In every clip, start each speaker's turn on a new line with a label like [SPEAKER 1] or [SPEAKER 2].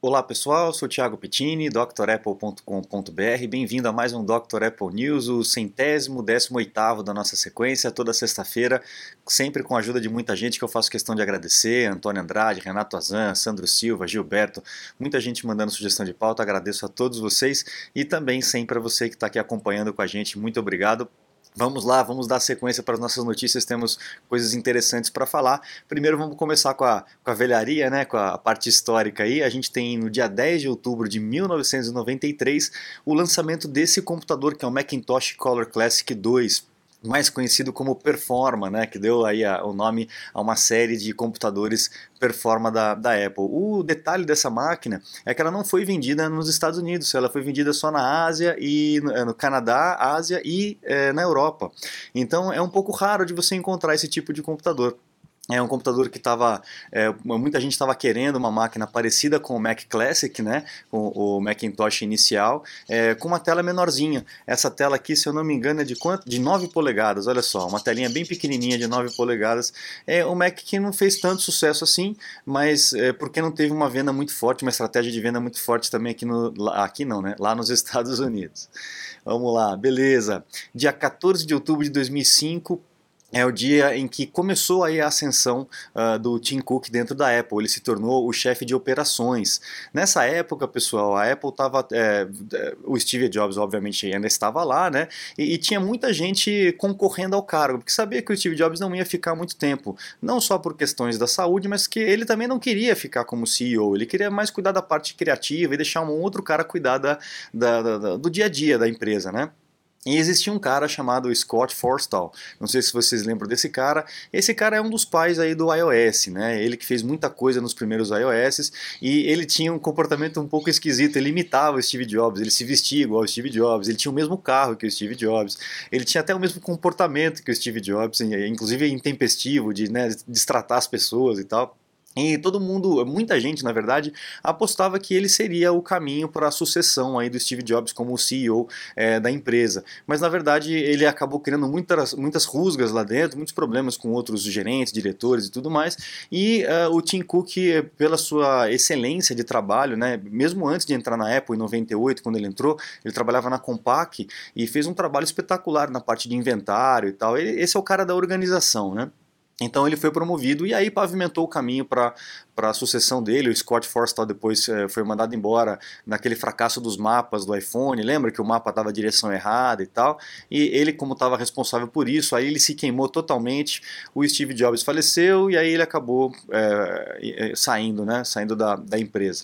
[SPEAKER 1] Olá pessoal, eu sou o Thiago Pittini, drapple.com.br. Bem-vindo a mais um Dr. Apple News, o 118º da nossa sequência, toda sexta-feira, sempre com a ajuda de muita gente que eu faço questão de agradecer, Antônio Andrade, Renato Azan, Sandro Silva, Gilberto, muita gente mandando sugestão de pauta, agradeço a todos vocês e também sempre a você que está aqui acompanhando com a gente, muito obrigado. Vamos lá, vamos dar sequência para as nossas notícias, temos coisas interessantes para falar. Primeiro vamos começar com a velharia, né, com a parte histórica aí. A gente tem no dia 10 de outubro de 1993 o lançamento desse computador que é o Macintosh Color Classic 2. Mais conhecido como Performa, né, que deu aí o nome a uma série de computadores Performa da Apple. O detalhe dessa máquina é que ela não foi vendida nos Estados Unidos, ela foi vendida só na Ásia e no Canadá, Ásia e na Europa. Então é um pouco raro de você encontrar esse tipo de computador. É um computador que muita gente estava querendo uma máquina parecida com o Mac Classic, né, com o Macintosh inicial, com uma tela menorzinha. Essa tela aqui, se eu não me engano, é de quanto? De 9 polegadas, olha só, uma telinha bem pequenininha de 9 polegadas. É um Mac que não fez tanto sucesso assim, mas porque não teve uma venda muito forte, uma estratégia de venda muito forte também aqui não, né, lá nos Estados Unidos. Vamos lá, beleza. Dia 14 de outubro de 2005, é o dia em que começou aí a ascensão do Tim Cook dentro da Apple. Ele se tornou o chefe de operações. Nessa época, pessoal, a Apple estava... o Steve Jobs, obviamente, ainda estava lá, né? E tinha muita gente concorrendo ao cargo, porque sabia que o Steve Jobs não ia ficar muito tempo. Não só por questões da saúde, mas que ele também não queria ficar como CEO. Ele queria mais cuidar da parte criativa e deixar um outro cara cuidar do dia a dia da empresa, né? E existia um cara chamado Scott Forstall, não sei se vocês lembram desse cara. Esse cara é um dos pais aí do iOS, né? Ele que fez muita coisa nos primeiros iOS e ele tinha um comportamento um pouco esquisito, ele imitava o Steve Jobs, ele se vestia igual ao Steve Jobs, ele tinha o mesmo carro que o Steve Jobs, ele tinha até o mesmo comportamento que o Steve Jobs, inclusive intempestivo de, né, destratar as pessoas e tal. E todo mundo, muita gente na verdade, apostava que ele seria o caminho para a sucessão aí do Steve Jobs como o CEO da empresa. Mas na verdade ele acabou criando muitas rusgas lá dentro, muitos problemas com outros gerentes, diretores e tudo mais. E o Tim Cook, pela sua excelência de trabalho, né, mesmo antes de entrar na Apple em 98, quando ele entrou, ele trabalhava na Compaq e fez um trabalho espetacular na parte de inventário e tal. Esse é o cara da organização, né? Então ele foi promovido e aí pavimentou o caminho para a sucessão dele. O Scott Forstall depois foi mandado embora naquele fracasso dos mapas do iPhone. Lembra que o mapa estava na direção errada e tal? E ele, como estava responsável por isso, aí ele se queimou totalmente. O Steve Jobs faleceu e aí ele acabou saindo, né? Saindo da empresa.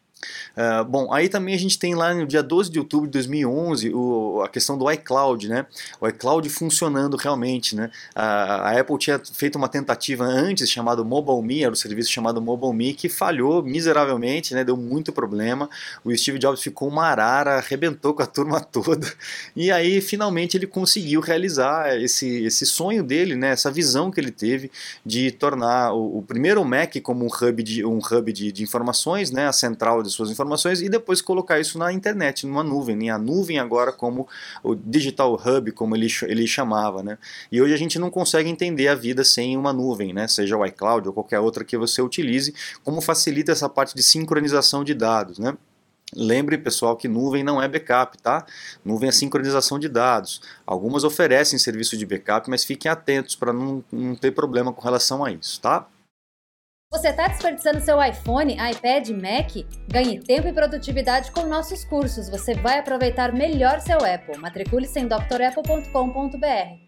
[SPEAKER 1] Bom, aí também a gente tem lá no dia 12 de outubro de 2011 a questão do iCloud, né? O iCloud funcionando realmente, né? A Apple tinha feito uma tentativa antes chamado MobileMe, era o serviço chamado MobileMe, que falhou miseravelmente, né? Deu muito problema. O Steve Jobs ficou uma arara, arrebentou com a turma toda. E aí finalmente ele conseguiu realizar esse sonho dele, né? Essa visão que ele teve de tornar o primeiro Mac como um hub de informações, né? A central de suas informações e depois colocar isso na internet, numa nuvem, né? A nuvem agora como o Digital Hub, como ele chamava, né? E hoje a gente não consegue entender a vida sem uma nuvem, né? Seja o iCloud ou qualquer outra que você utilize, como facilita essa parte de sincronização de dados, né? Lembre, pessoal, que nuvem não é backup, tá? Nuvem é sincronização de dados. Algumas oferecem serviço de backup, mas fiquem atentos para não ter problema com relação a isso, tá?
[SPEAKER 2] Você está desperdiçando seu iPhone, iPad, Mac? Ganhe tempo e produtividade com nossos cursos. Você vai aproveitar melhor seu Apple. Matricule-se em drapple.com.br.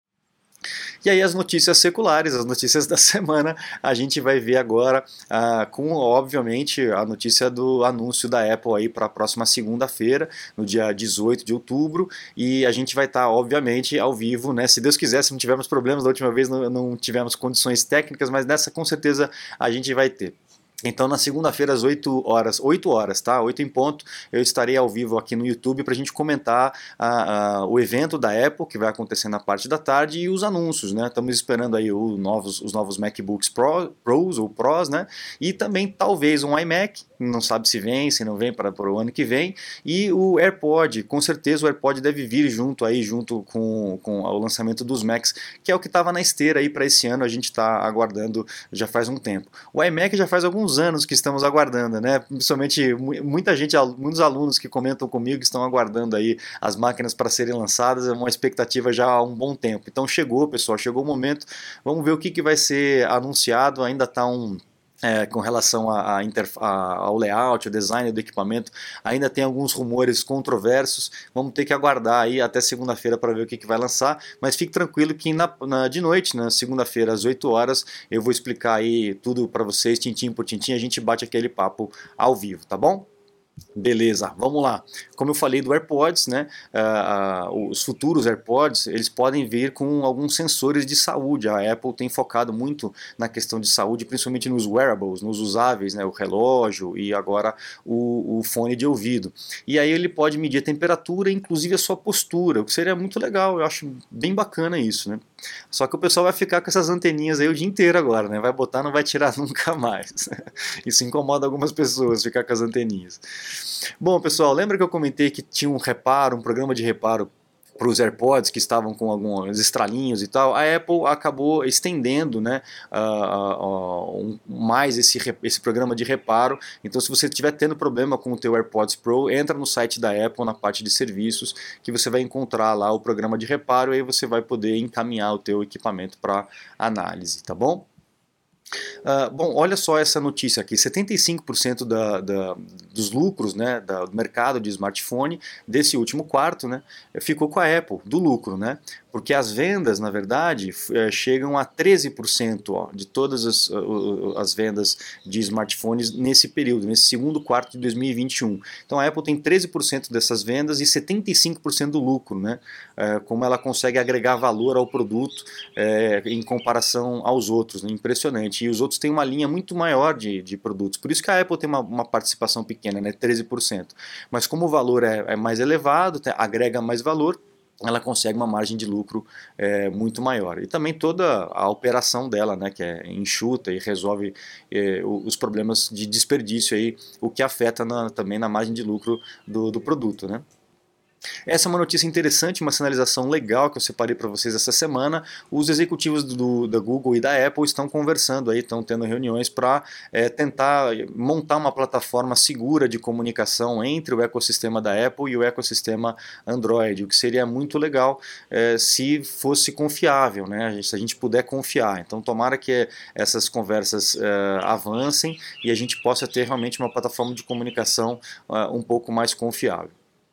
[SPEAKER 1] E aí as notícias seculares, as notícias da semana, a gente vai ver agora com, obviamente, a notícia do anúncio da Apple aí para a próxima segunda-feira, no dia 18 de outubro, e a gente vai estar, obviamente, ao vivo, né? Se Deus quiser, se não tivermos problemas, da última vez não tivemos condições técnicas, mas nessa com certeza a gente vai ter. Então na segunda-feira às 8 horas, tá? 8 em ponto, eu estarei ao vivo aqui no YouTube para a gente comentar o evento da Apple, que vai acontecer na parte da tarde, e os anúncios, né? Estamos esperando aí os novos MacBooks Pros ou Pros, né? E também talvez um iMac, não sabe se vem, se não vem para o ano que vem, e o AirPod, com certeza o AirPod deve vir junto com o lançamento dos Macs, que é o que estava na esteira aí para esse ano, a gente está aguardando já faz um tempo. O iMac já faz alguns uns anos que estamos aguardando, né? Principalmente muita gente, muitos alunos que comentam comigo que estão aguardando aí as máquinas para serem lançadas, é uma expectativa já há um bom tempo. Então chegou, pessoal, chegou o momento, vamos ver o que vai ser anunciado, ainda está com relação ao layout, ao design do equipamento, ainda tem alguns rumores controversos, vamos ter que aguardar aí até segunda-feira para ver o que vai lançar, mas fique tranquilo que de noite, na segunda-feira às 8 horas, eu vou explicar aí tudo para vocês, tintim por tintim, a gente bate aquele papo ao vivo, tá bom? Beleza, vamos lá. Como eu falei do AirPods, né, os futuros AirPods, eles podem vir com alguns sensores de saúde. A Apple tem focado muito na questão de saúde, principalmente nos wearables, nos usáveis, né, o relógio e agora o fone de ouvido. E aí ele pode medir a temperatura, inclusive a sua postura, o que seria muito legal, eu acho bem bacana isso, né? Só que o pessoal vai ficar com essas anteninhas aí o dia inteiro agora, né? Vai botar, não vai tirar nunca mais. Isso incomoda algumas pessoas, ficar com as anteninhas. Bom, pessoal, lembra que eu comentei que tinha um programa de reparo para os AirPods que estavam com alguns estralinhos e tal? A Apple acabou estendendo, né, mais esse programa de reparo. Então, se você estiver tendo problema com o teu AirPods Pro, entra no site da Apple, na parte de serviços, que você vai encontrar lá o programa de reparo e aí você vai poder encaminhar o teu equipamento para análise, tá bom? Bom, olha só essa notícia aqui, 75% dos lucros, né, do mercado de smartphone desse último quarto, né, ficou com a Apple, do lucro, né, porque as vendas, na verdade, chegam a 13% de todas as vendas de smartphones nesse período, nesse segundo quarto de 2021. Então a Apple tem 13% dessas vendas e 75% do lucro, né, como ela consegue agregar valor ao produto em comparação aos outros, né, impressionante. E os outros têm uma linha muito maior de produtos. Por isso que a Apple tem uma participação pequena, né, 13%. Mas como o valor é mais elevado, agrega mais valor, ela consegue uma margem de lucro muito maior. E também toda a operação dela, né, que é enxuta e resolve os problemas de desperdício, aí, o que afeta também na margem de lucro do produto, né? Essa é uma notícia interessante, uma sinalização legal que eu separei para vocês essa semana. Os executivos da Google e da Apple estão conversando aí, estão tendo reuniões para tentar montar uma plataforma segura de comunicação entre o ecossistema da Apple e o ecossistema Android, o que seria muito legal se fosse confiável, né? Se a gente puder confiar. Então tomara que essas conversas avancem e a gente possa ter realmente uma plataforma de comunicação um pouco mais confiável.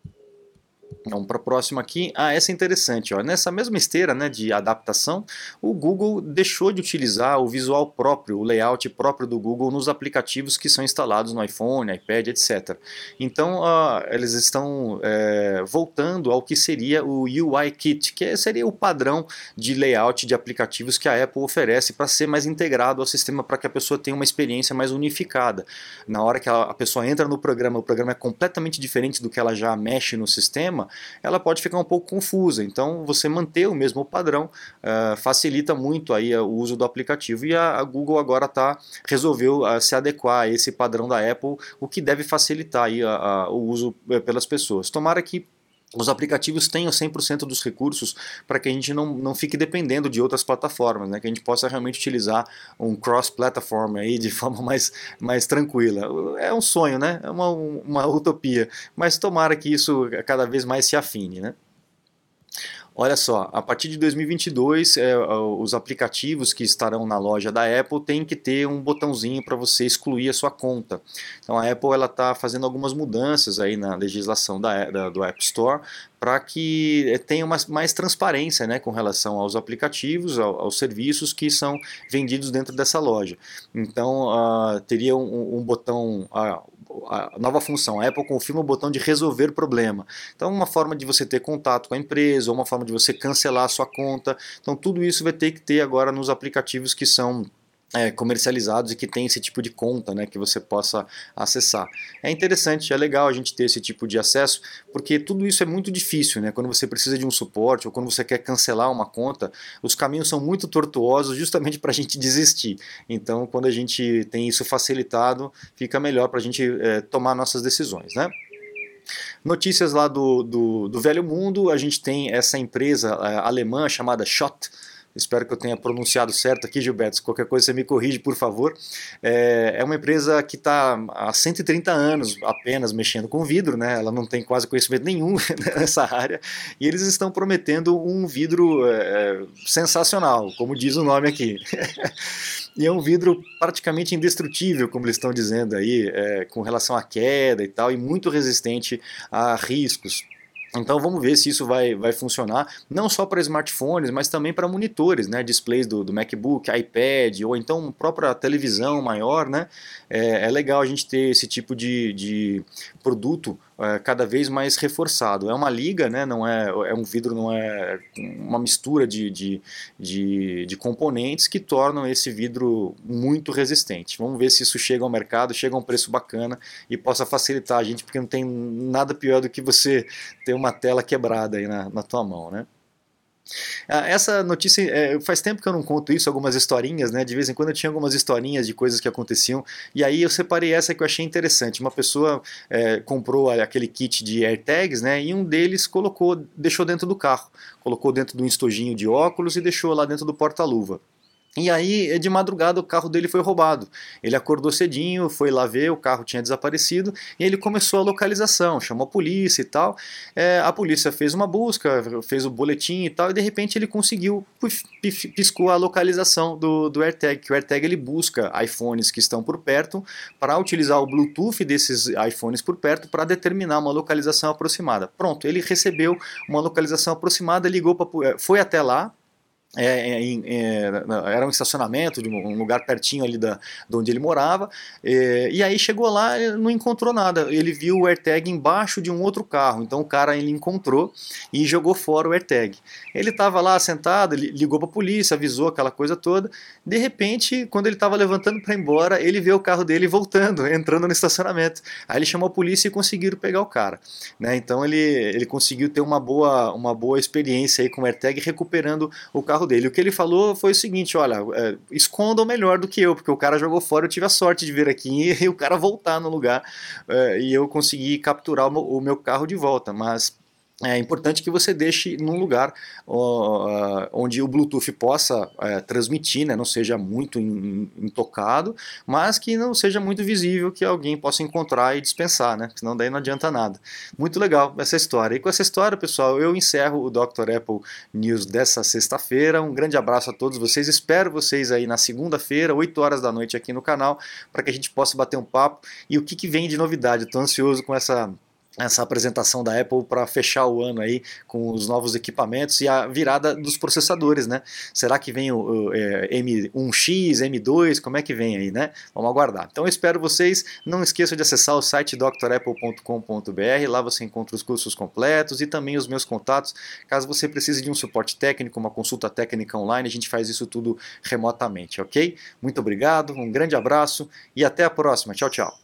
[SPEAKER 1] Vamos para a próxima aqui. Essa é interessante. Ó. Nessa mesma esteira, né, de adaptação, o Google deixou de utilizar o visual próprio, o layout próprio do Google nos aplicativos que são instalados no iPhone, iPad, etc. Então, eles estão voltando ao que seria o UI Kit, que seria o padrão de layout de aplicativos que a Apple oferece para ser mais integrado ao sistema, para que a pessoa tenha uma experiência mais unificada. Na hora que a pessoa entra no programa, o programa é completamente diferente do que ela já mexe no sistema, ela pode ficar um pouco confusa. Então você manter o mesmo padrão facilita muito aí o uso do aplicativo, e a Google agora resolveu se adequar a esse padrão da Apple, o que deve facilitar aí o uso pelas pessoas. Tomara que os aplicativos tenham 100% dos recursos para que a gente não fique dependendo de outras plataformas, né? Que a gente possa realmente utilizar um cross-platform aí de forma mais tranquila. É um sonho, né? É uma utopia, mas tomara que isso cada vez mais se afine, né? Olha só, a partir de 2022, os aplicativos que estarão na loja da Apple têm que ter um botãozinho para você excluir a sua conta. Então a Apple está fazendo algumas mudanças aí na legislação do App Store para que tenha mais transparência, né, com relação aos aplicativos, aos serviços que são vendidos dentro dessa loja. Então teria um botão... a nova função, a Apple confirma o botão de resolver problema. Então uma forma de você ter contato com a empresa, ou uma forma de você cancelar a sua conta. Então tudo isso vai ter que ter agora nos aplicativos que são comercializados e que tem esse tipo de conta, né, que você possa acessar. É interessante, é legal a gente ter esse tipo de acesso, porque tudo isso é muito difícil, né, quando você precisa de um suporte ou quando você quer cancelar uma conta, os caminhos são muito tortuosos justamente para a gente desistir. Então quando a gente tem isso facilitado, fica melhor para a gente tomar nossas decisões, né? Notícias lá do velho mundo, a gente tem essa empresa alemã chamada Schott, espero que eu tenha pronunciado certo aqui, Gilberto, se qualquer coisa você me corrige, por favor. É uma empresa que está há 130 anos apenas mexendo com vidro, né? Ela não tem quase conhecimento nenhum nessa área, e eles estão prometendo um vidro sensacional, como diz o nome aqui. E é um vidro praticamente indestrutível, como eles estão dizendo aí, com relação à queda e tal, e muito resistente a riscos. Então vamos ver se isso vai funcionar, não só para smartphones, mas também para monitores, né? Displays do MacBook, iPad, ou então própria televisão maior, né? É legal a gente ter esse tipo de produto cada vez mais reforçado. É uma liga, né? Não é um vidro, não é uma mistura de componentes que tornam esse vidro muito resistente. Vamos ver se isso chega ao mercado, chega a um preço bacana e possa facilitar a gente, porque não tem nada pior do que você ter uma tela quebrada aí na tua mão, né? Essa notícia, faz tempo que eu não conto isso, algumas historinhas, né? De vez em quando eu tinha algumas historinhas de coisas que aconteciam, e aí eu separei essa que eu achei interessante. Uma pessoa comprou aquele kit de AirTags, né? E um deles deixou dentro do carro, colocou dentro de um estojinho de óculos e deixou lá dentro do porta-luva. E aí, de madrugada, o carro dele foi roubado. Ele acordou cedinho, foi lá ver, o carro tinha desaparecido, e ele começou a localização, chamou a polícia e tal. A polícia fez uma busca, fez o boletim e tal, e de repente ele conseguiu, piscou a localização do AirTag, que o AirTag ele busca iPhones que estão por perto, para utilizar o Bluetooth desses iPhones por perto para determinar uma localização aproximada. Pronto, ele recebeu uma localização aproximada, foi até lá. Era um estacionamento de um lugar pertinho ali de onde ele morava, e aí chegou lá e não encontrou nada. Ele viu o AirTag embaixo de um outro carro, então o cara ele encontrou e jogou fora o AirTag. Ele estava lá sentado, ele ligou para a polícia, avisou aquela coisa toda. De repente, quando ele estava levantando para ir embora, ele vê o carro dele voltando, entrando no estacionamento. Aí ele chamou a polícia e conseguiram pegar o cara, né? Então ele conseguiu ter uma boa experiência aí com o AirTag, recuperando o carro dele. O que ele falou foi o seguinte: olha, escondam melhor do que eu, porque o cara jogou fora, eu tive a sorte de vir aqui e o cara voltar no lugar, e eu consegui capturar o meu carro de volta, mas é importante que você deixe num lugar onde o Bluetooth possa transmitir, né, não seja muito intocado, mas que não seja muito visível, que alguém possa encontrar e dispensar, né, senão daí não adianta nada. Muito legal essa história. E com essa história, pessoal, eu encerro o Dr. Apple News dessa sexta-feira. Um grande abraço a todos vocês. Espero vocês aí na segunda-feira, 8 horas da noite aqui no canal, para que a gente possa bater um papo. E o que vem de novidade? Estou ansioso com essa apresentação da Apple para fechar o ano aí com os novos equipamentos e a virada dos processadores, né? Será que vem o M1X, M2, como é que vem aí, né? Vamos aguardar. Então eu espero vocês, não esqueçam de acessar o site drapple.com.br, lá você encontra os cursos completos e também os meus contatos, caso você precise de um suporte técnico, uma consulta técnica online, a gente faz isso tudo remotamente, ok? Muito obrigado, um grande abraço e até a próxima. Tchau, tchau.